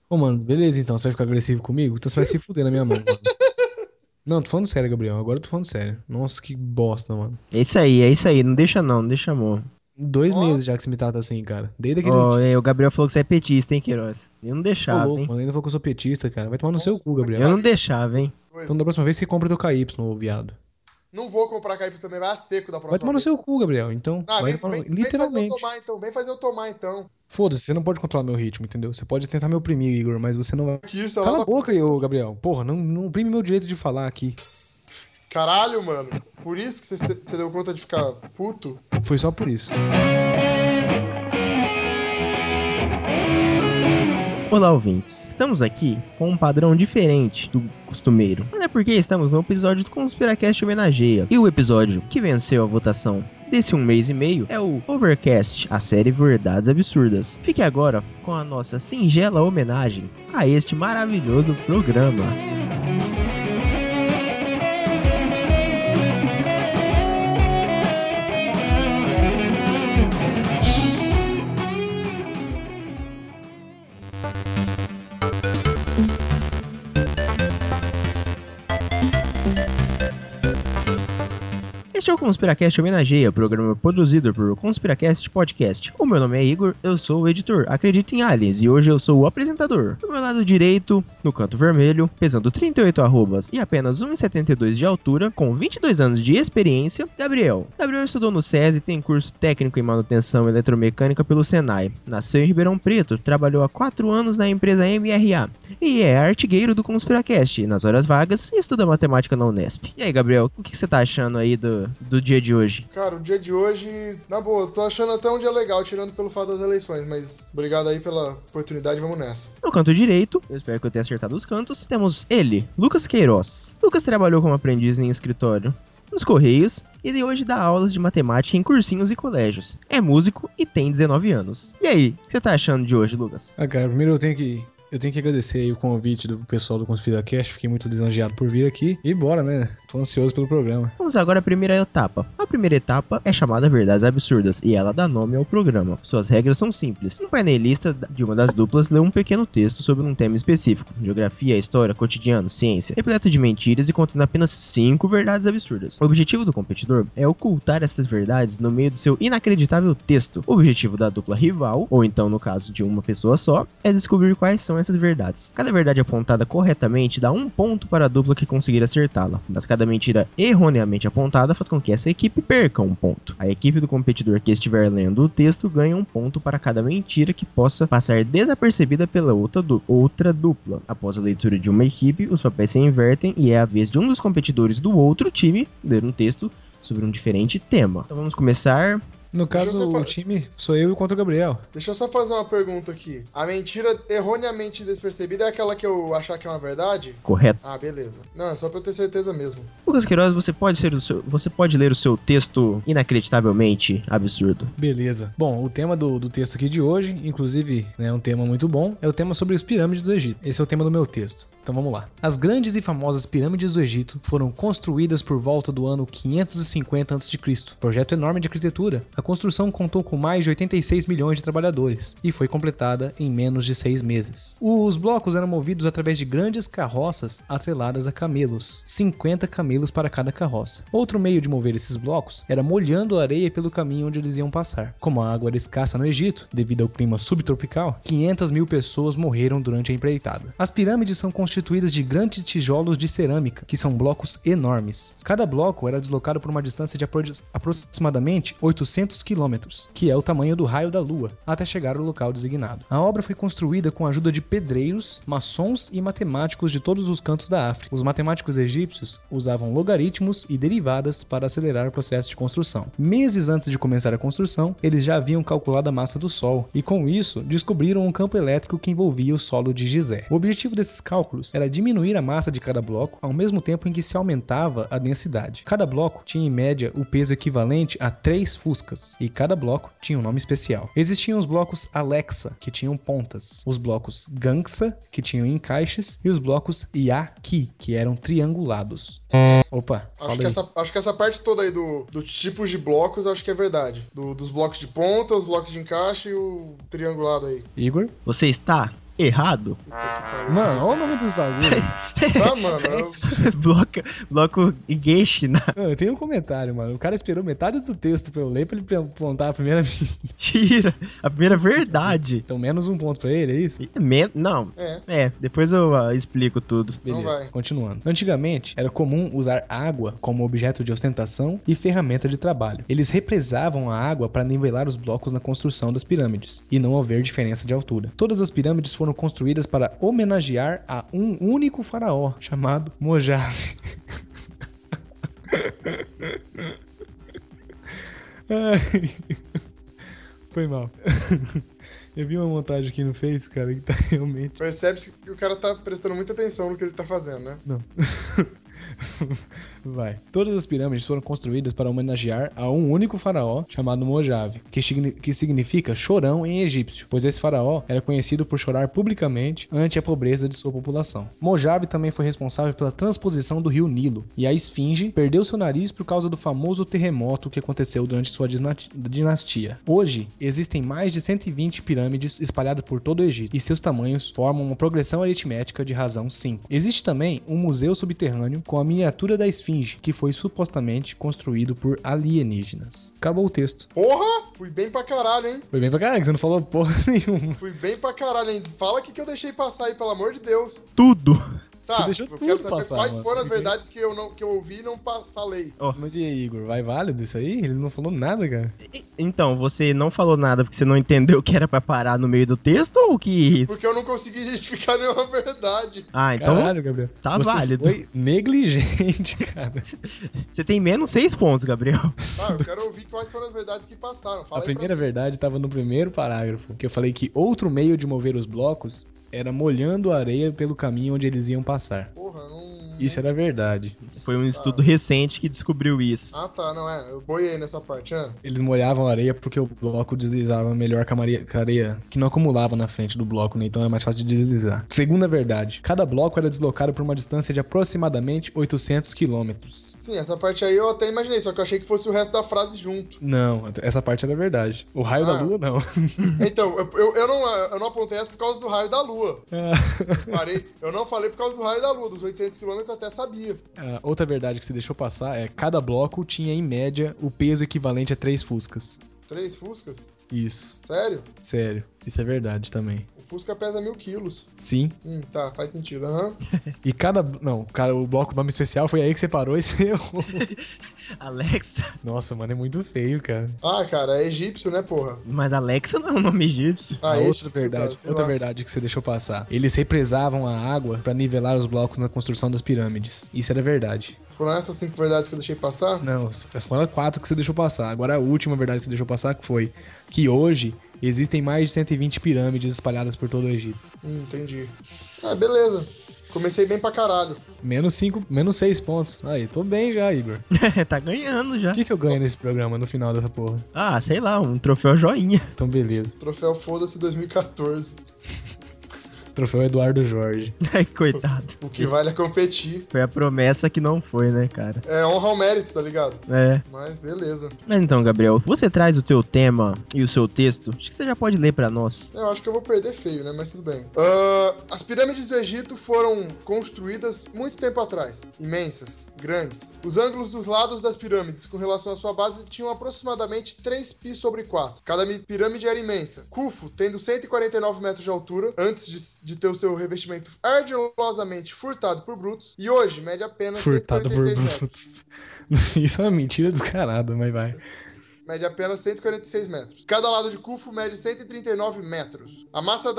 Ô, mano, beleza então, você vai ficar agressivo comigo? Então você vai se fuder na minha mão, mano. Não, tô falando sério, Gabriel. Agora eu tô falando sério. Nossa, que bosta, mano. É isso aí, não deixa não, não deixa amor. 2 meses já Nossa, que você me trata assim, cara. Desde aquele Ó, dia. o Gabriel falou que você é petista, hein, Queiroz? Eu não Ô, deixava, louco, hein? mano. Ainda falou que eu sou petista, cara. Vai tomar no seu nossa, cu, puta que Gabriel. Eu não pariu, deixava, hein? vocês Então dois. da próxima vez você compra teu KY, ô viado. Não vou comprar KY também, vai a seco da Vai próxima tomar no seu vez. cu, Gabriel. Então, Ah, vai tomar vem fazer eu literalmente. tomar então, vem fazer eu tomar então. Foda-se, você não pode controlar meu ritmo, entendeu? Você pode tentar me oprimir, Igor, mas você não vai. Que isso é lá Cala a da boca puta aí, que ô pariu. Gabriel. Porra, não oprime meu direito de falar aqui. Caralho, mano. Por isso que você deu conta de ficar puto? Foi só por isso. Olá, ouvintes. Estamos aqui com um padrão diferente do costumeiro. Mas é porque estamos no episódio do Conspiracast Homenageia. E o episódio que venceu a votação desse 1 mês e meio é o Overcast, a série Verdades Absurdas. Fique agora com a nossa singela homenagem a este maravilhoso programa. Este é o Conspiracast Homenageia, programa produzido por Conspiracast Podcast. O meu nome é Igor, eu sou o editor, acredito em aliens, e hoje eu sou o apresentador. Do meu lado direito, no canto vermelho, pesando 38 arrobas e apenas 1,72 de altura, com 22 anos de experiência, Gabriel. Gabriel estudou no SESI e tem curso técnico em manutenção eletromecânica pelo Senai. Nasceu em Ribeirão Preto, trabalhou há 4 anos na empresa MRA e é artigueiro do Conspiracast. Nas horas vagas, estuda matemática na Unesp. E aí, Gabriel, o que você tá achando aí do dia de hoje? Cara, o dia de hoje, na boa, eu tô achando até um dia legal, tirando pelo fato das eleições, mas obrigado aí pela oportunidade, vamos nessa. No canto direito, eu espero que eu tenha acertado os cantos, temos ele, Lucas Queiroz. Lucas trabalhou como aprendiz em escritório nos Correios e de hoje dá aulas de matemática em cursinhos e colégios. É músico e tem 19 anos. E aí, o que você tá achando de hoje, Lucas? Ah, cara, primeiro eu tenho que agradecer aí o convite do pessoal do ConspiraCast. Fiquei muito lisonjeado por vir aqui. E bora, né? Tô ansioso pelo programa. Vamos agora à primeira etapa. A primeira etapa é chamada Verdades Absurdas e ela dá nome ao programa. Suas regras são simples. Um painelista de uma das duplas lê um pequeno texto sobre um tema específico: geografia, história, cotidiano, ciência, repleto de mentiras e contendo apenas 5 verdades absurdas. O objetivo do competidor é ocultar essas verdades no meio do seu inacreditável texto. O objetivo da dupla rival, ou então no caso de uma pessoa só, é descobrir quais são essas verdades. Cada verdade apontada corretamente dá 1 ponto para a dupla que conseguir acertá-la, mas cada mentira erroneamente apontada faz com que essa equipe perca 1 ponto. A equipe do competidor que estiver lendo o texto ganha 1 ponto para cada mentira que possa passar desapercebida pela outra dupla. Após a leitura de uma equipe, os papéis se invertem e é a vez de um dos competidores do outro time ler um texto sobre um diferente tema. Então vamos começar. No Deixa eu caso, só o fa- time sou eu contra o Gabriel. Deixa eu só fazer uma pergunta aqui. A mentira erroneamente despercebida é aquela que eu achar que é uma verdade? Correto. Ah, beleza. Não, é só pra eu ter certeza mesmo. Lucas Queiroz, você pode ler o seu texto inacreditavelmente absurdo. Beleza. Bom, o tema do texto aqui de hoje, inclusive, né, um tema muito bom, é o tema sobre as pirâmides do Egito. Esse é o tema do meu texto. Então vamos lá. As grandes e famosas pirâmides do Egito foram construídas por volta do ano 550 a.C. Projeto enorme de arquitetura. A construção contou com mais de 86 milhões de trabalhadores e foi completada em menos de 6 meses. Os blocos eram movidos através de grandes carroças atreladas a camelos, 50 camelos para cada carroça. Outro meio de mover esses blocos era molhando a areia pelo caminho onde eles iam passar. Como a água era escassa no Egito, devido ao clima subtropical, 500 mil pessoas morreram durante a empreitada. As pirâmides são constituídas de grandes tijolos de cerâmica, que são blocos enormes. Cada bloco era deslocado por uma distância de aproximadamente 800 quilômetros, que é o tamanho do raio da Lua, até chegar ao local designado. A obra foi construída com a ajuda de pedreiros, maçons e matemáticos de todos os cantos da África. Os matemáticos egípcios usavam logaritmos e derivadas para acelerar o processo de construção. Meses antes de começar a construção, eles já haviam calculado a massa do Sol e, com isso, descobriram um campo elétrico que envolvia o solo de Gizé. O objetivo desses cálculos era diminuir a massa de cada bloco ao mesmo tempo em que se aumentava a densidade. Cada bloco tinha em média o peso equivalente a 3 fuscas e cada bloco tinha um nome especial. Existiam os blocos Alexa, que tinham pontas, os blocos Gangsa, que tinham encaixes, e os blocos Yaqui, que eram triangulados. Opa, fala aí. Acho que essa parte toda aí dos tipos de blocos, acho que é verdade. Dos blocos de ponta, os blocos de encaixe e o triangulado aí. Igor? Você está Errado. Puta que pariu. Mano, olha o nome dos bagulhos. Tá, mano. bloco Geshina. Eu tenho um comentário, mano. O cara esperou metade do texto pra eu ler pra ele apontar a primeira. Tira. A primeira verdade. Então, menos um ponto pra ele, é isso? Não. É. Depois eu explico tudo. Não Beleza, vai. continuando. Antigamente, era comum usar água como objeto de ostentação e ferramenta de trabalho. Eles represavam a água para nivelar os blocos na construção das pirâmides, e não haver diferença de altura. Todas as pirâmides foram construídas para homenagear a um único faraó, chamado Mojave. Ai. Foi mal. Eu vi uma montagem aqui no Face, cara, que tá realmente... Percebe-se que o cara tá prestando muita atenção no que ele tá fazendo, né? Não. Vai. Todas as pirâmides foram construídas para homenagear a um único faraó chamado Mojave, que significa chorão em egípcio, pois esse faraó era conhecido por chorar publicamente ante a pobreza de sua população. Mojave também foi responsável pela transposição do rio Nilo, e a esfinge perdeu seu nariz por causa do famoso terremoto que aconteceu durante sua dinastia. Hoje, existem mais de 120 pirâmides espalhadas por todo o Egito, e seus tamanhos formam uma progressão aritmética de razão 5. Existe também um museu subterrâneo com a miniatura da esfinge, que foi supostamente construído por alienígenas. Acabou o texto. Porra! Fui bem pra caralho, hein? Foi bem pra caralho, que você não falou porra nenhuma. Fui bem pra caralho, hein? Fala o que eu deixei passar aí, pelo amor de Deus. Tudo. Tá, deixou eu tudo quero saber passar, quais mano. foram as verdades que eu ouvi e não falei. Mas e aí, Igor? Vai válido isso aí? Ele não falou nada, cara. Então, você não falou nada porque você não entendeu que era pra parar no meio do texto ou que... Porque eu não consegui identificar nenhuma verdade. Ah, então Caralho, Gabriel. tá Você válido. foi negligente, cara. Você tem menos 6 pontos, Gabriel. Tá, eu quero ouvir quais foram as verdades que passaram. Fala A aí primeira verdade estava no primeiro parágrafo, que eu falei que outro meio de mover os blocos era molhando a areia pelo caminho onde eles iam passar. Porra, não... Isso era verdade. Foi um estudo recente que descobriu isso. Ah, tá, não é. Eu boiei nessa parte, né? Eles molhavam a areia porque o bloco deslizava melhor com a areia que não acumulava na frente do bloco, né? Então é mais fácil de deslizar. Segunda verdade. Cada bloco era deslocado por uma distância de aproximadamente 800 quilômetros. Sim, essa parte aí eu até imaginei, só que eu achei que fosse o resto da frase junto. Não, essa parte era verdade. O raio da lua, não. Então, eu não apontei essa por causa do raio da lua. Eu não falei por causa do raio da lua. Dos 800 km eu até sabia. Outra verdade que você deixou passar é cada bloco tinha, em média, o peso equivalente a 3 Fuscas. 3 Fuscas? Isso. Sério? Sério. Isso é verdade também. O Fusca pesa 1000 quilos. Sim. Tá, faz sentido, aham. E cada... Não, cara, o bloco nome especial foi aí que você parou e você errou. Alexa. Nossa, mano, é muito feio, cara. Ah, cara, é egípcio, né, porra? Mas Alexa não é um nome egípcio. Ah, Outra verdade que você deixou passar. Eles represavam a água pra nivelar os blocos na construção das pirâmides. Isso era verdade. Foram essas 5 verdades que eu deixei passar? Não, foram 4 que você deixou passar. Agora a última verdade que você deixou passar que foi que hoje existem mais de 120 pirâmides espalhadas por todo o Egito. Entendi. Ah, beleza. Comecei bem pra caralho. Menos 6 pontos. Aí, tô bem já, Igor. Tá ganhando já. O que eu ganho nesse programa no final dessa porra? Ah, sei lá, um troféu joinha. Então, beleza. Troféu Foda-se 2014. Troféu Eduardo Jorge. Ai, coitado. O que vale é competir. Foi a promessa que não foi, né, cara? É honra ao mérito, tá ligado? É. Mas beleza. Mas então, Gabriel, você traz o teu tema e o seu texto? Acho que você já pode ler pra nós. Eu acho que eu vou perder feio, né? Mas tudo bem. As pirâmides do Egito foram construídas muito tempo atrás. Imensas, grandes. Os ângulos dos lados das pirâmides com relação à sua base tinham aproximadamente 3 π/4. Cada pirâmide era imensa. Khufu, tendo 149 metros de altura, antes de ter o seu revestimento ardilosamente furtado por brutos, e hoje mede apenas Furtado 146 por metros. brutos. Isso é uma mentira descarada, mas vai. Mede apenas 146 metros. Cada lado de Khufu mede 139 metros. A massa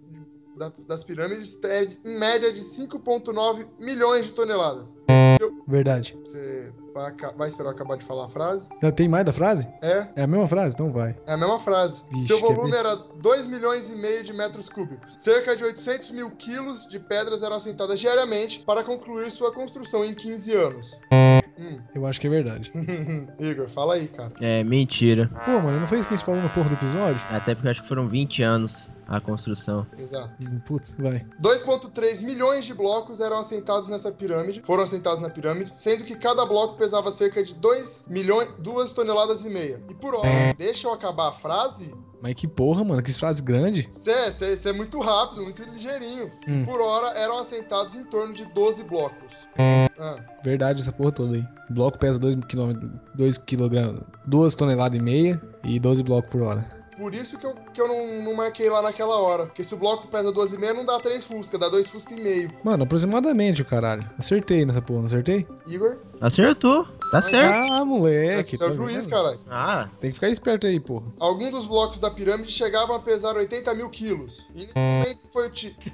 das pirâmides é, em média, de 5,9 milhões de toneladas. Verdade. Você vai esperar eu acabar de falar a frase? Já tem mais da frase? É. É a mesma frase? Então vai. É a mesma frase. Vixe, Seu volume era 2,5 milhões de metros cúbicos. Cerca de 800 mil quilos de pedras eram assentadas diariamente para concluir sua construção em 15 anos. Eu acho que é verdade. Igor, fala aí, cara. É, mentira. Pô, mano, não foi isso que a gente falou no porra do episódio? Até porque eu acho que foram 20 anos a construção. Exato. Putz, vai. 2,3 milhões de blocos foram assentados na pirâmide, sendo que cada bloco pesava cerca de 2 toneladas e meia. E por hora, deixa eu acabar a frase, Mas que porra, mano, que frase grande. Isso é muito rápido, muito ligeirinho. E por hora eram assentados em torno de 12 blocos. Verdade, essa porra toda aí. O bloco pesa 2 kg, 2 toneladas e meia e 12 blocos por hora. Por isso que eu não marquei lá naquela hora. Porque se o bloco pesa 2,5, não dá 3 Fusca, dá 2 Fusca e meio. Mano, aproximadamente, o caralho. Acertei nessa porra, não acertei? Igor? Acertou. Tá certo. Ah, moleque. Você é o juiz, caralho. Ah, Tem que ficar esperto aí, porra. Alguns dos blocos da pirâmide chegavam a pesar 80 mil quilos. E nenhum momento foi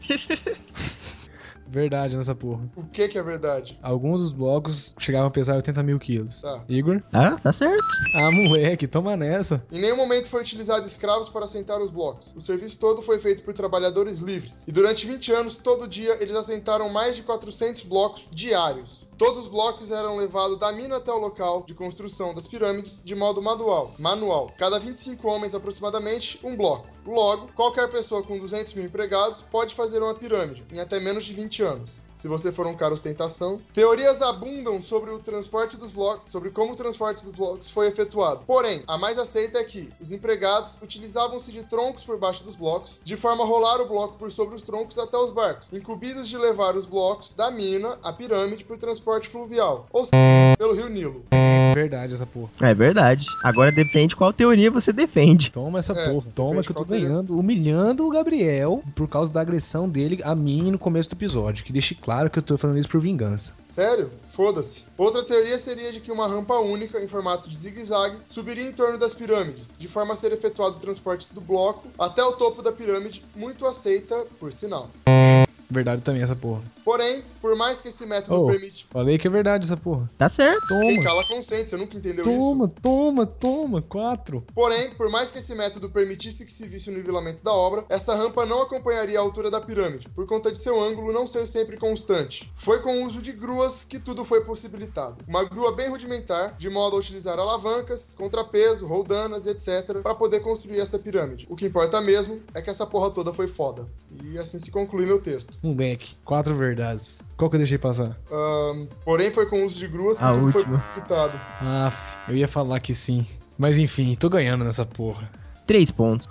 Verdade nessa porra. O que é verdade? Alguns dos blocos chegavam a pesar 80 mil quilos. Tá. Igor? tá certo. Ah, moleque, toma nessa. Em nenhum momento foi utilizado escravos para assentar os blocos. O serviço todo foi feito por trabalhadores livres. E durante 20 anos, todo dia, eles assentaram mais de 400 blocos diários. Todos os blocos eram levados da mina até o local de construção das pirâmides de modo manual. Cada 25 homens, aproximadamente, um bloco. Logo, qualquer pessoa com 200 mil empregados pode fazer uma pirâmide em até menos de 20 anos. Se você for um cara ostentação. Teorias abundam sobre o transporte dos blocos, sobre como o transporte dos blocos foi efetuado. Porém, a mais aceita é que os empregados utilizavam-se de troncos por baixo dos blocos, de forma a rolar o bloco por sobre os troncos até os barcos, incumbidos de levar os blocos da mina à pirâmide por transporte fluvial, ou seja, pelo rio Nilo. Verdade essa porra. É verdade. Agora depende qual teoria você defende. Toma essa porra. Toma que eu tô ganhando. Humilhando o Gabriel por causa da agressão dele a mim no começo do episódio. Que deixe claro que eu tô falando isso por vingança. Sério? Foda-se. Outra teoria seria de que uma rampa única, em formato de zigue-zague, subiria em torno das pirâmides, de forma a ser efetuado o transporte do bloco até o topo da pirâmide, muito aceita, por sinal. Verdade também essa porra. Porém, por mais que esse método permite... Falei que é verdade essa porra. Tá certo. Quem cala consente, você nunca entendeu isso? Toma, 4. Porém, por mais que esse método permitisse que se visse o nivelamento da obra, essa rampa não acompanharia a altura da pirâmide, por conta de seu ângulo não ser sempre constante. Foi com o uso de gruas que tudo foi possibilitado. Uma grua bem rudimentar, de modo a utilizar alavancas, contrapeso, roldanas, etc., para poder construir essa pirâmide. O que importa mesmo é que essa porra toda foi foda. E assim se conclui meu texto. Moleque, 4 verdades. Qual que eu deixei passar? Porém, foi com o uso de gruas que tudo foi possibilitado. Eu ia falar que sim. Mas enfim, tô ganhando nessa porra. 3 pontos.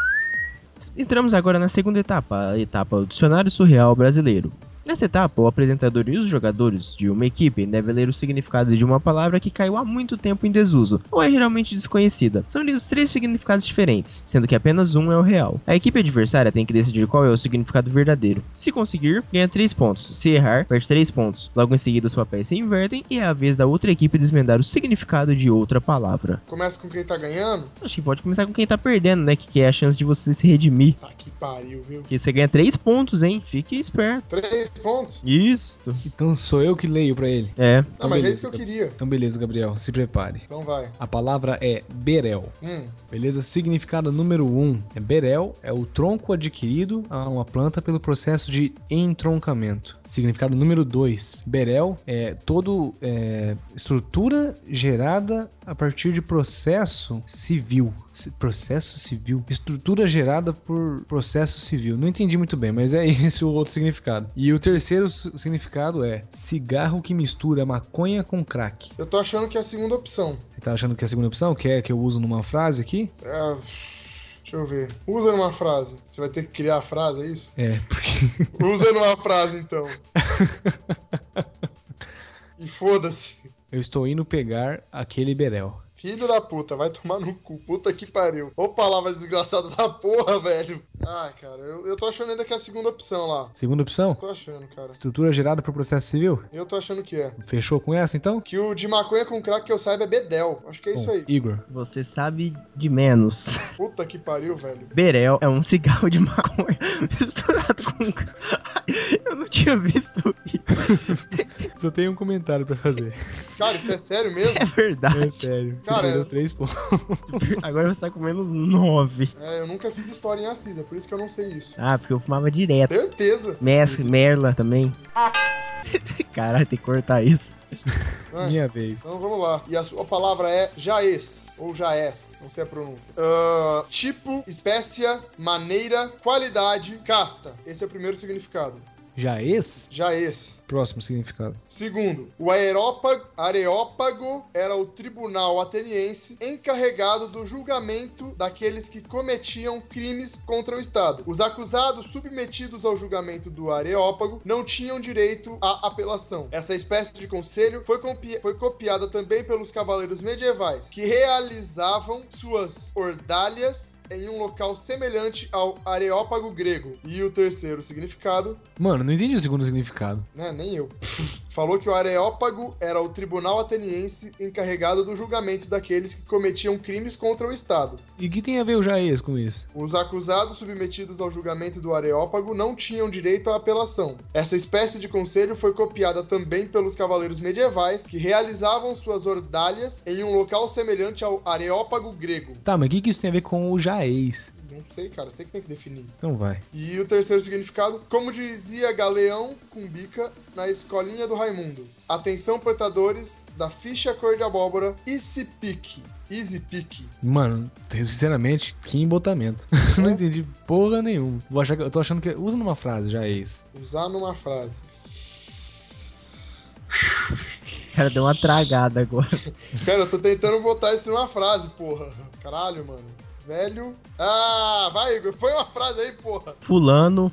Entramos agora na segunda etapa, a etapa do Dicionário Surreal Brasileiro. Nessa etapa, o apresentador e os jogadores de uma equipe devem ler o significado de uma palavra que caiu há muito tempo em desuso, ou é geralmente desconhecida. São lidos 3 significados diferentes, sendo que apenas um é o real. A equipe adversária tem que decidir qual é o significado verdadeiro. Se conseguir, ganha 3 pontos. Se errar, perde 3 pontos. Logo em seguida, os papéis se invertem e é a vez da outra equipe desvendar o significado de outra palavra. Começa com quem tá ganhando? Acho que pode começar com quem tá perdendo, né? Que é a chance de você se redimir. Tá que pariu, viu? Porque você ganha 3 pontos, hein? Fique esperto. 3 pontos? Isso. Então sou eu que leio pra ele. É. Não, mas é isso que eu queria. Então beleza, Gabriel. Se prepare. Então vai. A palavra é berel. Beleza? Significado número 1. Berel é o tronco adquirido a uma planta pelo processo de entroncamento. Significado número 2. Berel é estrutura gerada a partir de processo civil. Processo civil? Estrutura gerada por processo civil. Não entendi muito bem, mas é esse o outro significado. E o terceiro significado é cigarro que mistura maconha com crack. Eu tô achando que é a segunda opção. Você tá achando que é a segunda opção? Quer que eu uso numa frase aqui? Deixa eu ver. Usa numa frase. Você vai ter que criar a frase, é isso? É, porque... Usa numa frase, então. E foda-se. Eu estou indo pegar aquele berel. Filho da puta, vai tomar no cu. Puta que pariu. Ô palavra desgraçada da porra, velho. Ai, cara, eu tô achando ainda que é a segunda opção lá. Segunda opção? Tô achando, cara. Estrutura gerada por processo civil? Eu tô achando que é. Fechou com essa, então? Que o de maconha com crack que eu saiba é bedel. Acho que é isso aí. Igor. Você sabe de menos. Puta que pariu, velho. Berel é um cigarro de maconha misturado com... Eu não tinha visto isso. Só tenho um comentário pra fazer. Cara, isso é sério mesmo? É verdade. É sério. Cara, você perdeu 3 pontos. Agora você tá com menos 9. Eu nunca fiz história em Assis, é por isso que eu não sei isso. Ah, porque eu fumava direto. Certeza. Merla também. Caralho, tem que cortar isso. Minha vez. Então vamos lá. E a sua palavra é jaez, ou jaez, não sei a pronúncia. Tipo, espécie, maneira, qualidade, casta. Esse é o primeiro significado. Jaez? Jaez. Próximo significado. Segundo, o Areópago era o tribunal ateniense encarregado do julgamento daqueles que cometiam crimes contra o Estado. Os acusados submetidos ao julgamento do Areópago não tinham direito à apelação. Essa espécie de conselho foi copiada também pelos cavaleiros medievais, que realizavam suas ordalhas em um local semelhante ao Areópago grego. E o terceiro significado... Mano, não entendi o segundo significado. Nem eu. Falou que o Areópago era o tribunal ateniense encarregado do julgamento daqueles que cometiam crimes contra o Estado. E o que tem a ver o Jaez com isso? Os acusados submetidos ao julgamento do Areópago não tinham direito à apelação. Essa espécie de conselho foi copiada também pelos cavaleiros medievais, que realizavam suas ordalhas em um local semelhante ao Areópago grego. Tá, mas o que isso tem a ver com o Jaez? Não sei, cara. Sei que tem que definir. Então vai. E o terceiro significado, como dizia Galeão Cumbica na escolinha do Raimundo. Atenção, portadores da ficha cor de abóbora Easy Pick. Mano, sinceramente, que embotamento. Não entendi porra nenhuma. Eu tô achando que... Usa numa frase, Jaez. Usar numa frase. O cara deu uma tragada agora. Cara, eu tô tentando botar isso numa frase, porra. Caralho, mano. Velho. Ah, vai, Igor. Foi uma frase aí, porra. Fulano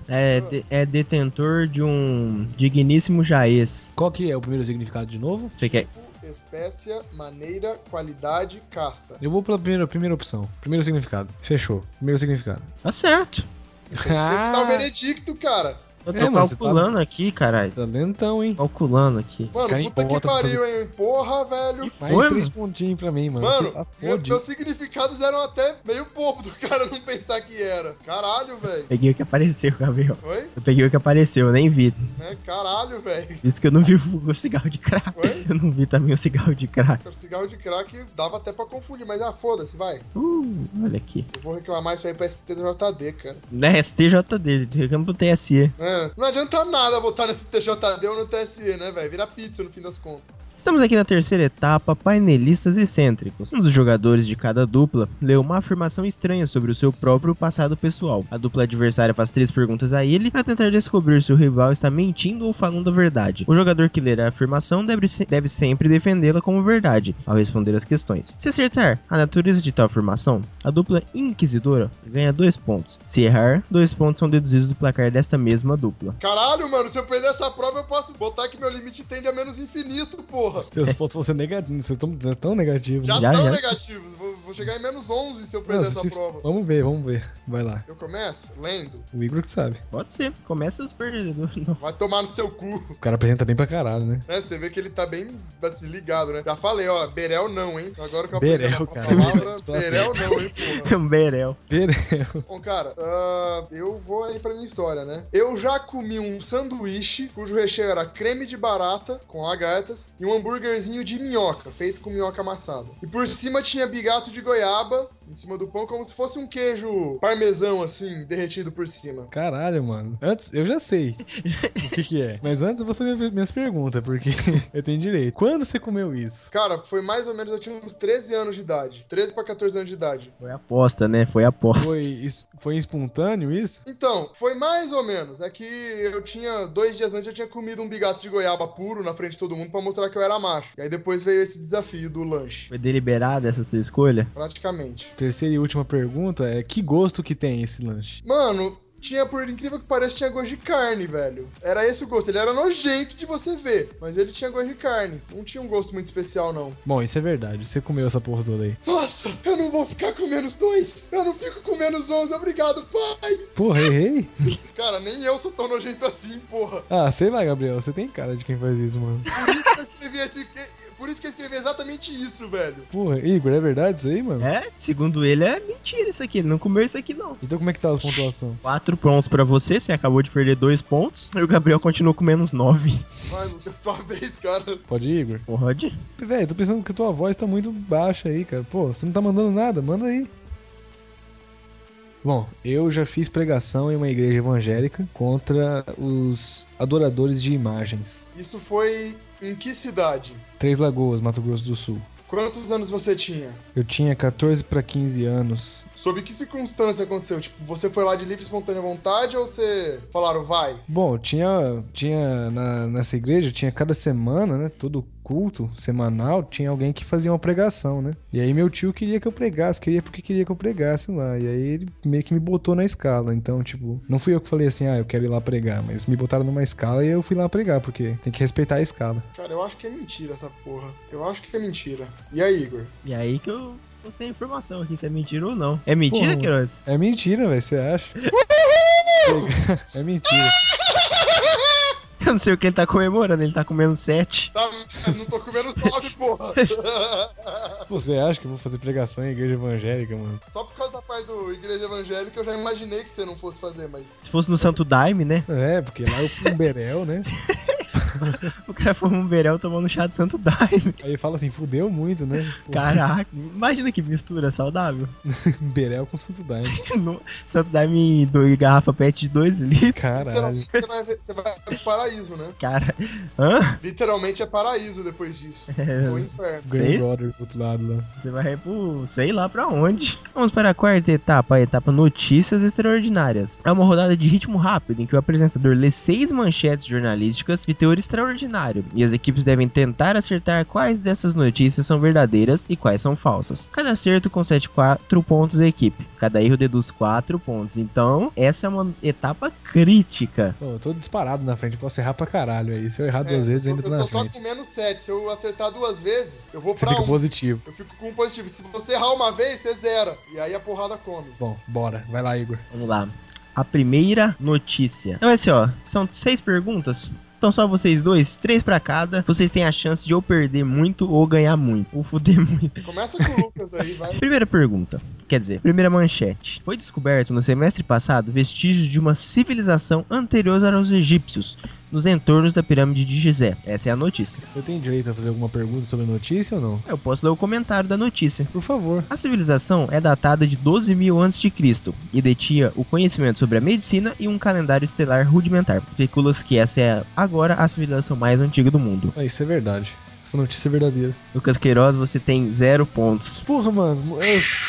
é detentor de um digníssimo jaez. Qual que é o primeiro significado de novo? Você quer? Espécia, maneira, qualidade, casta. Eu vou pela primeira opção. Primeiro significado. Fechou. Primeiro significado. Tá certo. Esse tá o veredicto, cara. Eu tô calculando aqui, caralho. Tá lentão, hein? Calculando aqui. Mano, puta que pariu, hein? Porra, velho. Mais 3 pontinhos pra mim, mano. Mano, meus significados eram até meio bobo do cara não pensar que era. Caralho, velho. Peguei o que apareceu, Gabriel. Oi? Eu peguei o que apareceu, eu nem vi. Caralho, velho. Isso que eu não vi o cigarro de crack. Oi? Eu não vi também o cigarro de crack. O cigarro de crack dava até pra confundir, mas foda-se, vai. Olha aqui. Eu vou reclamar isso aí pra STJD, cara. Né, STJD, reclama pro TSE. Não adianta nada botar nesse TJD ou no TSE, né, velho? Vira pizza no fim das contas. Estamos aqui na terceira etapa, painelistas excêntricos. Um dos jogadores de cada dupla leu uma afirmação estranha sobre o seu próprio passado pessoal. A dupla adversária faz 3 perguntas a ele para tentar descobrir se o rival está mentindo ou falando a verdade. O jogador que ler a afirmação deve sempre defendê-la como verdade, ao responder as questões. Se acertar a natureza de tal afirmação, a dupla inquisidora ganha 2 pontos. Se errar, 2 pontos são deduzidos do placar desta mesma dupla. Caralho, mano, se eu perder essa prova, eu posso botar que meu limite tende a menos infinito, porra. Seus pontos vão ser negativos. Vocês estão tão negativos. Já estão negativos. Vou chegar em menos 11 se eu perder essa prova. Vamos ver. Vai lá. Eu começo lendo? O Igor que sabe. Pode ser. Começa os perdedores. Vai tomar no seu cu. O cara apresenta bem pra caralho, né? Você vê que ele tá bem assim, ligado, né? Já falei, ó, Berel não, hein? Agora que eu Berel, cara. Berel não, hein, porra. É um Berel. Bom, cara, eu vou aí pra minha história, né? Eu já comi um sanduíche cujo recheio era creme de barata com lagartas e um hambúrguerzinho de minhoca, feito com minhoca amassada. E por cima tinha bigato de goiaba em cima do pão, como se fosse um queijo parmesão, assim, derretido por cima. Caralho, mano. Antes, eu já sei o que é. Mas antes eu vou fazer minhas perguntas, porque eu tenho direito. Quando você comeu isso? Cara, foi mais ou menos, eu tinha uns 13 anos de idade. 13 pra 14 anos de idade. Foi aposta, né? Foi aposta. Foi espontâneo isso? Então, foi mais ou menos. É que eu tinha, 2 dias antes, eu tinha comido um bigato de goiaba puro na frente de todo mundo pra mostrar que eu era macho. E aí depois veio esse desafio do lanche. Foi deliberada essa sua escolha? Praticamente. Terceira e última pergunta é: que gosto que tem esse lanche? Mano, tinha, por incrível que pareça, tinha gosto de carne, velho. Era esse o gosto. Ele era nojento de você ver, mas ele tinha gosto de carne. Não tinha um gosto muito especial, não. Bom, isso é verdade. Você comeu essa porra toda aí. Nossa, eu não vou ficar com menos 2. Eu não fico com menos 11. Obrigado, pai. Porra, errei? Cara, nem eu sou tão nojento assim, porra. Ah, sei lá, Gabriel. Você tem cara de quem faz isso, mano. Por isso que eu escrevi Por isso que eu escrevi exatamente isso, velho. Porra, Igor, é verdade isso aí, mano? É, segundo ele é mentira isso aqui. Ele não comeu isso aqui, não. Então como é que tá as pontuações? 4 pontos pra você acabou de perder 2 pontos. E o Gabriel continuou com menos 9. Vai, Lucas, tua vez, cara. Pode ir, Igor? Pode. Velho, tô pensando que tua voz tá muito baixa aí, cara. Pô, você não tá mandando nada, manda aí. Bom, eu já fiz pregação em uma igreja evangélica contra os adoradores de imagens. Isso foi em que cidade? 3 Lagoas, Mato Grosso do Sul. Quantos anos você tinha? Eu tinha 14 pra 15 anos. Sob que circunstância aconteceu? Tipo, você foi lá de livre e espontânea vontade ou você falaram vai? Bom, nessa igreja, tinha cada semana, né? Todo culto semanal, tinha alguém que fazia uma pregação, né? E aí meu tio queria que eu pregasse, queria que eu pregasse lá. E aí ele meio que me botou na escala. Então, tipo, não fui eu que falei assim, eu quero ir lá pregar, mas me botaram numa escala e eu fui lá pregar, porque tem que respeitar a escala. Cara, eu acho que é mentira essa porra. Eu acho que é mentira. E aí, Igor? E aí que eu não sei a informação aqui se é mentira ou não. É mentira, Queiroz? É mentira, velho, você acha? É mentira. Eu não sei o que ele tá comemorando, ele tá comendo 7. Tá, não tô comendo 9, porra. Você acha que eu vou fazer pregação em igreja evangélica, mano? Só por causa da parte do igreja evangélica eu já imaginei que você não fosse fazer, mas... Se fosse no Santo Daime, né? É, porque lá eu fui um berel, né? O cara foi um berel tomando chá de Santo Daime. Aí fala assim, fudeu muito, né? Caraca, imagina que mistura saudável. Berel com Santo Daime. Santo Daime em garrafa pet de 2 litros. Caralho. Literalmente você vai pro paraíso, né? Cara, hã? Literalmente é paraíso depois disso. É. O inferno. Grand Brother do outro lado lá. Você vai pro sei lá pra onde. Vamos para a quarta etapa, a etapa Notícias Extraordinárias. É uma rodada de ritmo rápido em que o apresentador lê 6 manchetes jornalísticas de teor extraordinário e as equipes devem tentar acertar quais dessas notícias são verdadeiras e quais são falsas. Cada acerto concede 4 pontos à equipe, cada erro deduz 4 pontos. Então, essa é uma etapa crítica. Pô, eu tô disparado na frente, posso errar pra caralho aí. Se eu errar 2 vezes, ainda tô na Eu tô só frente. com menos 7. Se eu acertar 2 vezes, eu vou Você pra fica 1. positivo. Eu fico com um positivo. Se você errar uma vez, você zera. E aí a porrada come. Bom, bora. Vai lá, Igor. Vamos lá. A primeira notícia. Então, assim, ó, são 6 perguntas. Então só vocês dois, 3 pra cada. Vocês têm a chance de ou perder muito ou ganhar muito. Ou fuder muito. Começa com o Lucas aí, vai. Primeira pergunta. Quer dizer, primeira manchete. Foi descoberto no semestre passado vestígios de uma civilização anterior aos egípcios, nos entornos da pirâmide de Gizé. Essa é a notícia. Eu tenho direito a fazer alguma pergunta sobre a notícia ou não? Eu posso ler o comentário da notícia. Por favor. A civilização é datada de 12.000 a.C. e detinha o conhecimento sobre a medicina e um calendário estelar rudimentar. Especula-se que essa é agora a civilização mais antiga do mundo. Isso é verdade. Essa notícia é verdadeira. Lucas Queiroz, você tem 0 pontos. Porra, mano.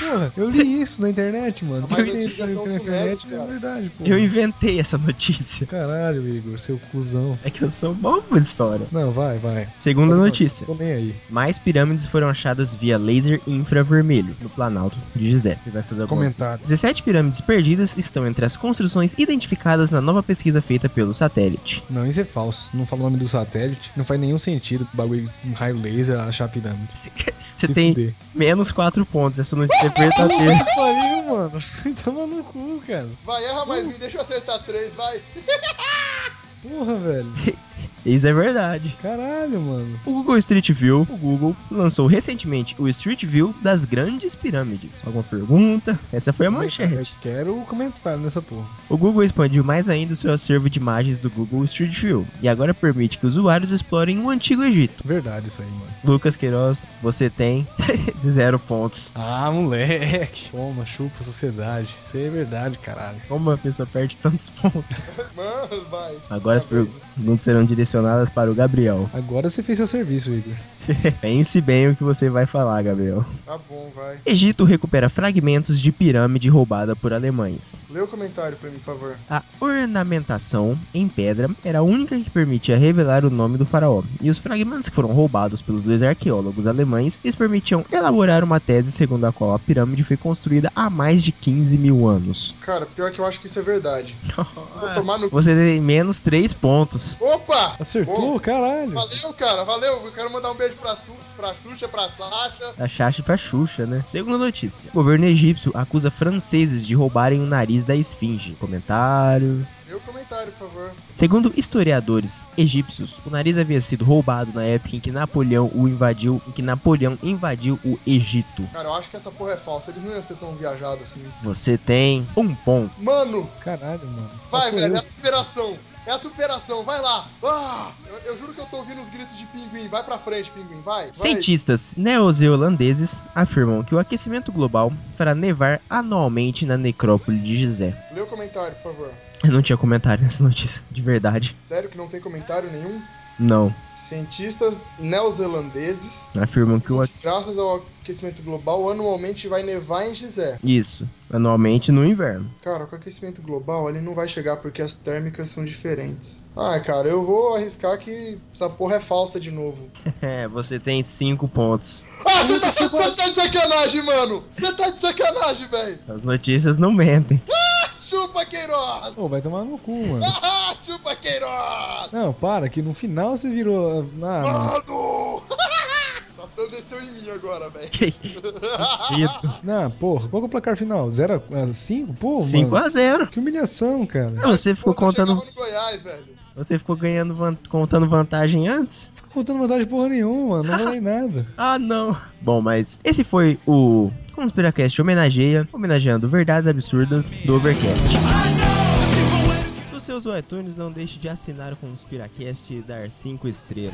Eu li isso na internet, mano. Mas Eu li antiga são os sumérios, é cara. verdade, porra. Eu inventei essa notícia. Caralho, Igor, seu cuzão. É que eu sou bom com história. Não, vai. Segunda notícia. Tô nem aí. Mais pirâmides foram achadas via laser infravermelho no Planalto de Gizé. Você vai fazer alguma... Comentário. 17 pirâmides perdidas estão entre as construções identificadas na nova pesquisa feita pelo satélite. Não, isso é falso. Não fala o nome do satélite. Não faz nenhum sentido o bagulho um raio laser achar a pirâmide. Você Se tem fuder. menos 4 pontos. Essa notícia é verdadeira. Que pariu, mano. Toma no cu, cara. Vai, erra mais um, deixa eu acertar 3, vai. Porra, velho. Isso é verdade. Caralho, mano. O Google Street View, o Google, lançou recentemente o Street View das grandes pirâmides. Alguma pergunta? Essa foi a Eu manchete. quero o comentário nessa porra. O Google expandiu mais ainda o seu acervo de imagens do Google Street View e agora permite que usuários explorem o Antigo Egito. Verdade isso aí, mano. Lucas Queiroz, você tem 0 pontos. Ah, moleque. Toma, chupa a sociedade. Isso aí é verdade, caralho. Como uma pessoa perde tantos pontos? Mano, vai. Agora as perguntas serão direcionadas para o Gabriel. Agora você fez seu serviço, Igor. Pense bem o que você vai falar, Gabriel. Tá bom, vai. Egito recupera fragmentos de pirâmide roubada por alemães. Lê o comentário pra mim, por favor. A ornamentação em pedra era a única que permitia revelar o nome do faraó, e os fragmentos que foram roubados pelos 2 arqueólogos alemães lhes permitiam elaborar uma tese segundo a qual a pirâmide foi construída há mais de 15.000 anos. Cara, pior que eu acho que isso é verdade. Vou tomar no... Você tem menos 3 pontos. Opa! Acertou, Bom, caralho. valeu, cara, valeu. Eu quero mandar um beijo pra Xuxa, pra Sasha. Da Xaxa pra Xuxa, né? Segunda notícia. O governo egípcio acusa franceses de roubarem o nariz da esfinge. Comentário. Lê o comentário, por favor. Segundo historiadores egípcios, o nariz havia sido roubado na época em que Napoleão invadiu o Egito. Cara, eu acho que essa porra é falsa. Eles não iam ser tão viajados assim. Você tem 1 ponto. Mano, Caralho, mano. vai, Só velho, eu. é a superação. É a superação, vai lá. Ah, eu juro que eu tô ouvindo os gritos de pinguim. Vai pra frente, pinguim, vai. Cientistas neozelandeses afirmam que o aquecimento global fará nevar anualmente na necrópole de Gizé. Vai. Lê o comentário, por favor. Eu não tinha comentário nessa notícia, de verdade. Sério que não tem comentário nenhum? Não. Cientistas neozelandeses Afirmam que graças ao aquecimento global, anualmente vai nevar em Gizé. Isso, anualmente no inverno. Cara, com o aquecimento global, ele não vai chegar porque as térmicas são diferentes. Ah, cara, eu vou arriscar que essa porra é falsa de novo. Você tem 5 pontos. Ah, você tá de sacanagem, mano! Você tá de sacanagem, velho! As notícias não mentem. Chupa, Queiroz! Pô, vai tomar no cu, mano. Chupa, Queiroz! Não, para, que no final você virou... Mano! Satã desceu em mim agora, velho. Não, porra, qual que é o placar final? 0-5? Pô, 5-0. Que humilhação, cara. Você ficou contando... no Goiás, velho. Você ficou contando vantagem antes? Não tô contando vantagem porra nenhuma, não falei nada. Ah, não. Bom, mas esse foi o Conspiracast homenageando verdades absurdas do Overcast. Se você usou o iTunes, não deixe de assinar o Conspiracast e dar 5 estrelas.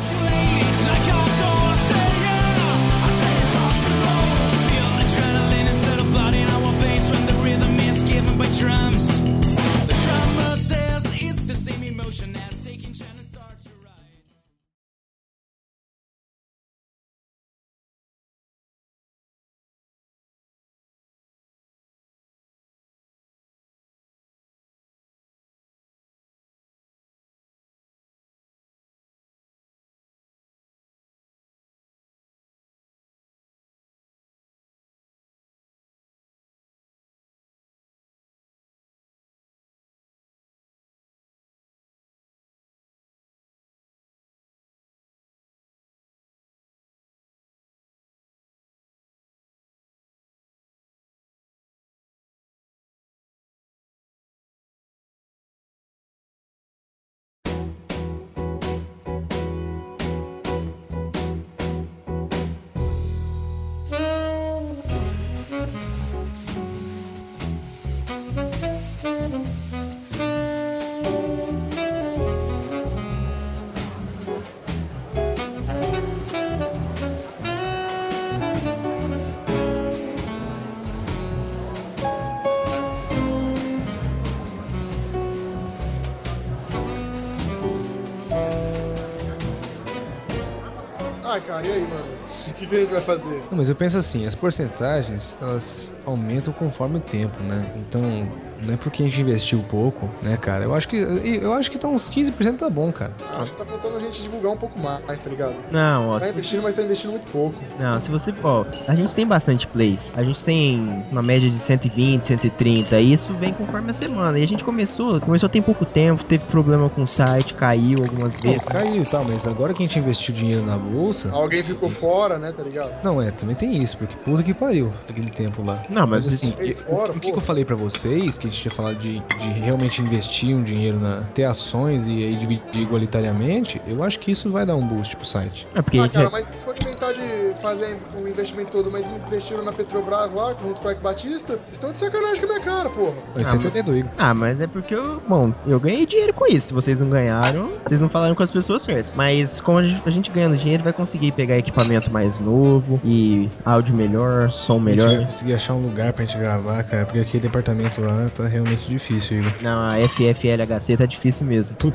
Ah, cara, e aí, mano? O que a gente vai fazer? Não, mas eu penso assim, as porcentagens, elas aumentam conforme o tempo, né? Então, não é porque a gente investiu pouco, né, cara? Eu acho que tá uns 15% tá bom, cara. Acho que tá faltando a gente divulgar um pouco mais, tá ligado? Não, ó. Tá investindo, mas tá investindo muito pouco. Não, se você... Ó, a gente tem bastante plays. A gente tem uma média de 120, 130. E isso vem conforme a semana. E a gente começou tem pouco tempo, teve problema com o site, caiu algumas vezes. Caiu e tal, mas agora que a gente investiu dinheiro na bolsa... Alguém ficou fora, né, tá ligado? Não, também tem isso, porque puta que pariu aquele tempo lá. Não, mas assim, fora, o que eu falei pra vocês, que a gente tinha falado de realmente investir um dinheiro ter ações e aí dividir igualitariamente, eu acho que isso vai dar um boost pro site. Cara, mas se for inventar de fazer o investimento todo, mas investiram na Petrobras lá, junto com o Eike Batista, vocês estão de sacanagem com a minha cara, porra. Mas você foi do Igor. Mas é porque eu ganhei dinheiro com isso. Se vocês não ganharam, vocês não falaram com as pessoas certas. Mas como a gente ganhando dinheiro, vai conseguir pegar equipamento mais novo e áudio melhor, som melhor. A gente vai conseguir achar um lugar pra gente gravar, cara, porque aquele departamento lá tá realmente difícil, Igor. Não, a FFLHC tá difícil mesmo. Puta.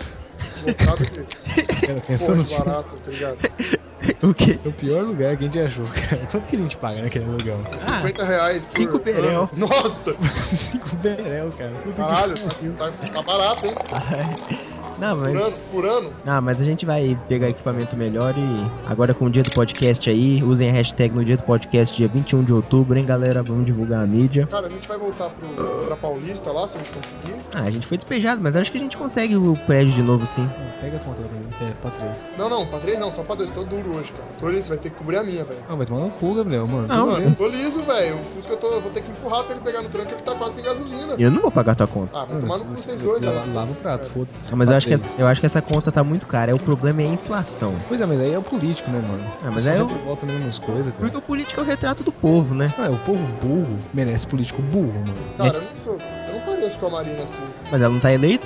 Cara, pensando barato, tá ligado? O quê? É o pior lugar que a gente achou, cara. Quanto que a gente paga naquele aluguel? R$50 por 5 berel. Nossa! 5 berel, cara. Caralho, tá barato, hein? Não, mas... Por ano? Não, mas a gente vai pegar equipamento melhor e agora com o dia do podcast aí, usem a hashtag no dia do podcast, dia 21 de outubro, hein, galera? Vamos divulgar a mídia. Cara, a gente vai voltar pra Paulista lá, se a gente conseguir. A gente foi despejado, mas acho que a gente consegue o prédio de novo, sim. Pega a conta pra mim. Pra 3. Não, pra 3 não, só pra 2. Tô duro hoje, cara. Tô liso, vai ter que cobrir a minha, velho. Vai tomar no cu, Gabriel, mano. Não, Mano, eu tô liso, velho. O Fusca eu vou ter que empurrar pra ele pegar no tranco, ele tá quase sem gasolina. Eu não vou pagar tua conta. Vai tomar no cu vocês dois, velho. Lava o prato, foda-se. Mas eu acho que essa conta tá muito cara. O problema é a inflação. Pois é, mas aí é o político, né, mano? Mas aí sempre volta nas mesmas coisas, cara. Porque o político é o retrato do povo, né? O povo burro merece político burro, mano. Cara, eu não pareço com a Marina assim. Mas ela não tá eleita?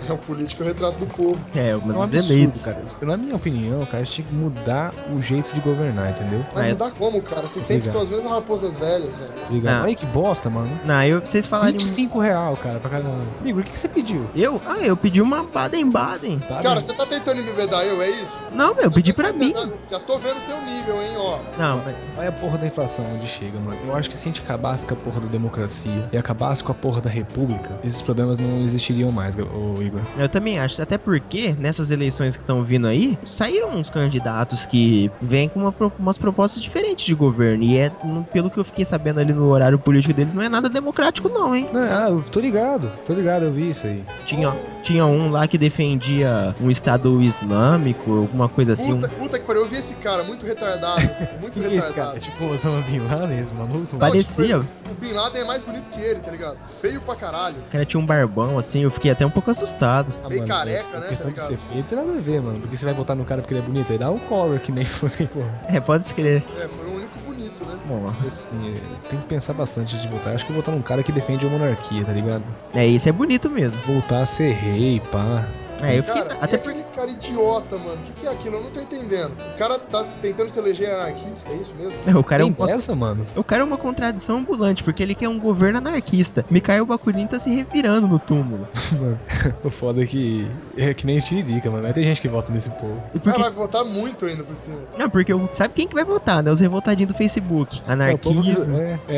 O político é o retrato do povo. Mas É um os absurdo, eleitos. cara. Na minha opinião, cara, a gente tinha que mudar o jeito de governar, entendeu? Mas mudar como, cara? Vocês sempre são as mesmas raposas velhas, velho. Obrigado. Ah. Olha que bosta, mano. Não, vocês falarem... R$25, cara, pra cada um. Igor, o que você pediu? Eu pedi uma Baden-Baden. Cara, você tá tentando embebedar eu, é isso? Não, eu pedi pra mim. Já tô vendo teu nível, hein, ó. Não, mas... Olha a porra da inflação onde chega, mano. Eu acho que se a gente acabasse com a porra da democracia e acabasse com a porra da república, esses problemas não existiriam mais, ô Igor. Eu também acho, até porque nessas eleições que estão vindo aí, saíram uns candidatos que vêm com umas propostas diferentes de governo. E pelo que eu fiquei sabendo ali no horário político deles, não é nada democrático não, hein? Eu tô ligado, eu vi isso aí. Tinha um lá que defendia um Estado Islâmico, alguma coisa assim. Puta que pariu, eu vi esse cara, muito retardado. Muito Que retardado. esse cara? É tipo o Osama Bin Laden, esse maluco? Parecia. Tipo, o Bin Laden é mais bonito que ele, tá ligado? Feio pra caralho. O cara tinha um barbão assim, eu fiquei até um pouco assustado. Meio careca, a né, questão tá de ser ligado? feio, não tem nada a ver, mano. Porque você vai votar no cara porque ele é bonito, aí dá o Collor, que nem foi, porra. Pode escrever. Foi o único bonito, né? Bom, Assim, tem que pensar bastante antes de votar. Acho que eu vou votar num cara que defende a monarquia, tá ligado? isso é bonito mesmo. Voltar a ser rei, pá. Eu fiquei... Cara, até e aquele cara idiota, mano? O que é aquilo? Eu não tô entendendo. O cara tá tentando se eleger anarquista, é isso mesmo? O cara Tem dessa, mano? O cara é uma contradição ambulante, porque ele quer um governo anarquista. Mikhail Bakunin tá se revirando no túmulo. Mano, o foda é que nem o Tiririca, mano. Vai ter gente que vota nesse povo. E porque... vai votar muito ainda por cima. Não, porque sabe quem que vai votar, né? Os revoltadinhos do Facebook. Anarquismo.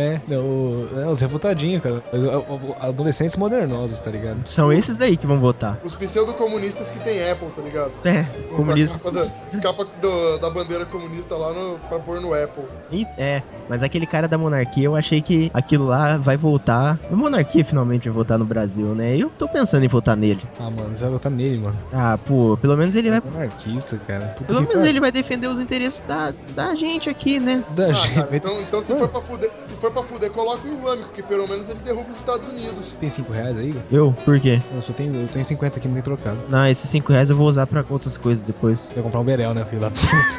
Os revoltadinhos, cara. Adolescentes modernosos, tá ligado? São esses aí que vão votar. Os pseudo-comunistas que tem Apple, tá ligado? Comunismo. Capa da bandeira comunista lá pra pôr no Apple. Mas aquele cara da monarquia, eu achei que aquilo lá vai voltar. A monarquia finalmente vai voltar no Brasil, né? Eu tô pensando em votar nele. Ah, mano, você vai votar nele, mano. Pelo menos ele vai... Monarquista, cara. Pelo menos ele vai defender os interesses da gente aqui, né? Cara, então se for pra fuder, coloca o islâmico, que pelo menos ele derruba os Estados Unidos. Tem R$5 aí? Por quê? Eu tenho 50 aqui, não tem trocado. Não, esses R$5 eu vou usar pra outras coisas depois. Vai comprar um berel, né, filho da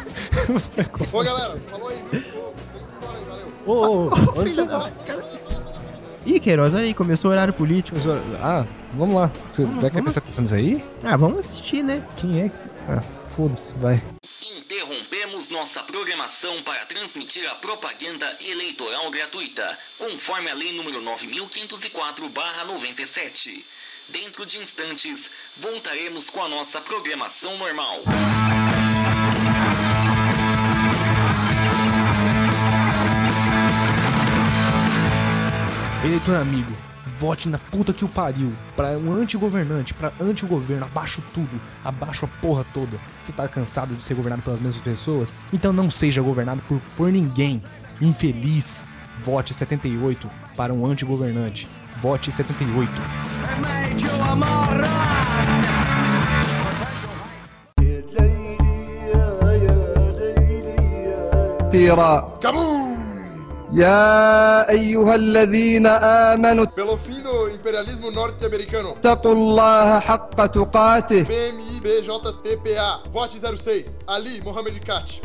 Ô, galera, falou aí, viu? Tô indo embora aí, valeu. Onde você vai? Ih, Queiroz, olha aí, começou o horário político. Vamos lá. Você vai querer prestar atenção nisso aí? Vamos assistir, né? Quem é? Foda-se, vai. Interrompemos nossa programação para transmitir a propaganda eleitoral gratuita, conforme a Lei nº 9.504/97. Dentro de instantes, voltaremos com a nossa programação normal. Eleitor amigo, vote na puta que o pariu. Pra um antigovernante, pra anti-governo, abaixo tudo, abaixo a porra toda. Você tá cansado de ser governado pelas mesmas pessoas? Então não seja governado por ninguém. Infeliz. Vote 78 para um antigovernante. Vote 78. Cabum! يا أيها الذين آمنوا Pelo fim do imperialismo norte-americano. اتقوا الله حق تقاته PMIBJTPA. Vote 06. Ali Mohamed Khat.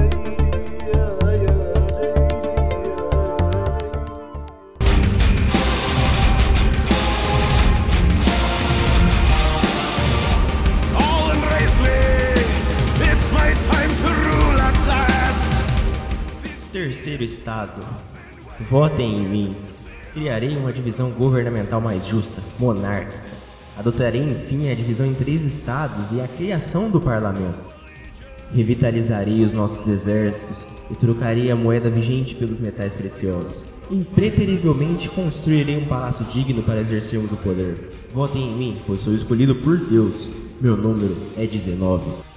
Terceiro estado. Votem em mim. Criarei uma divisão governamental mais justa, monárquica. Adotarei, enfim, a divisão em 3 estados e a criação do parlamento. Revitalizarei os nossos exércitos e trocarei a moeda vigente pelos metais preciosos. Impreterivelmente construirei um palácio digno para exercermos o poder. Votem em mim, pois sou escolhido por Deus. Meu número é 19.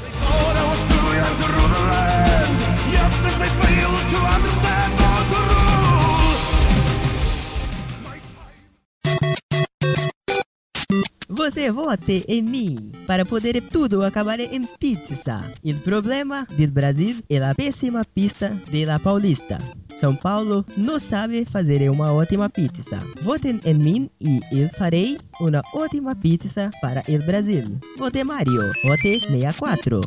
Você vote em mim para poder tudo acabar em pizza. O problema do Brasil é a péssima pista de La Paulista. São Paulo não sabe fazer uma ótima pizza. Votem em mim e eu farei uma ótima pizza para o Brasil. Vote Mario. Vote 64.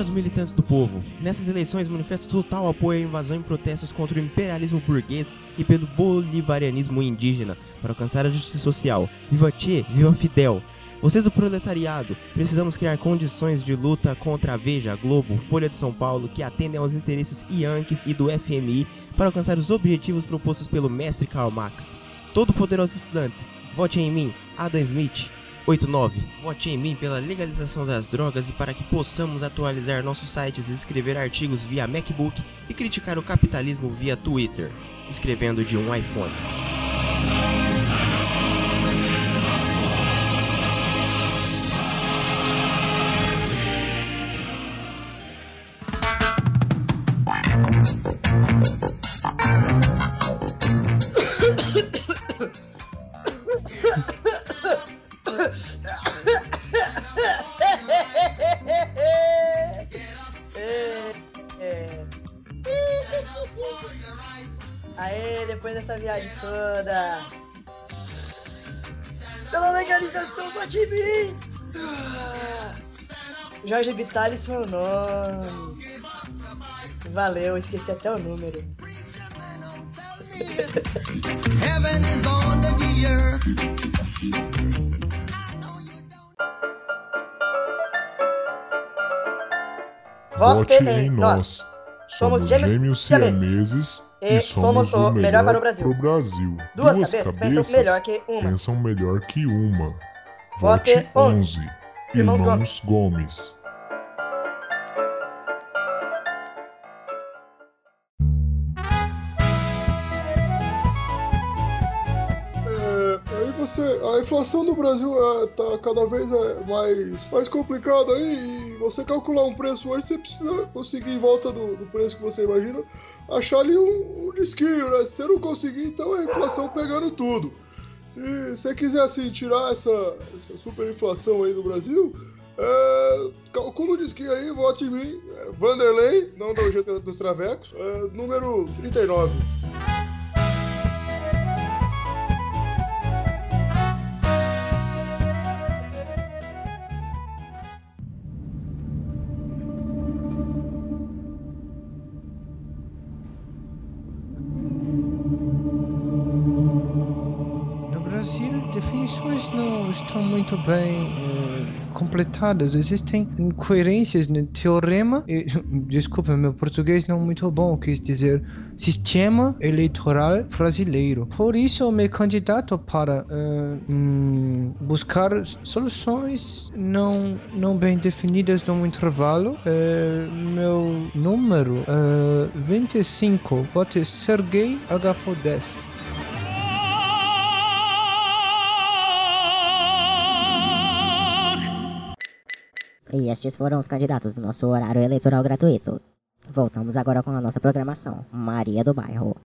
Caros militantes do povo, nessas eleições manifesto total apoio à invasão e protestos contra o imperialismo burguês e pelo bolivarianismo indígena para alcançar a justiça social. Viva Che, viva Fidel! Vocês do proletariado, precisamos criar condições de luta contra a Veja, Globo, Folha de São Paulo, que atendem aos interesses Yankees e do FMI para alcançar os objetivos propostos pelo mestre Karl Marx. Todo-poderosos estudantes, vote em mim, Adam Smith. 89. Vote em mim pela legalização das drogas e para que possamos atualizar nossos sites e escrever artigos via MacBook e criticar o capitalismo via Twitter, escrevendo de um iPhone. Aê, depois dessa viagem toda. Pela legalização, vote em mim! Jorge Vitalis foi o nome. Valeu, esqueci até o número. Heaven is on the earth. Vote em nós. Somos gêmeos siameses e somos o melhor para o Brasil. Duas cabeças pensam melhor que uma. Vote 11. Irmãos Gomes. A inflação no Brasil tá cada vez mais complicada aí, e você calcular um preço hoje, você precisa conseguir em volta do preço que você imagina, achar ali um disquinho, né? Se você não conseguir, então é a inflação pegando tudo. Se você quiser assim tirar essa super inflação aí do Brasil, calcula o disquinho aí, vote em mim, Vanderlei, não dá o jeito dos travecos, número 39. Definições não estão muito bem completadas. Existem incoerências no teorema. Desculpa, meu português não é muito bom. Quis dizer sistema eleitoral brasileiro. Por isso, eu me candidato para buscar soluções não bem definidas no intervalo. Meu número 25. Vote Sergei H-10. E estes foram os candidatos do nosso horário eleitoral gratuito. Voltamos agora com a nossa programação, Maria do Bairro.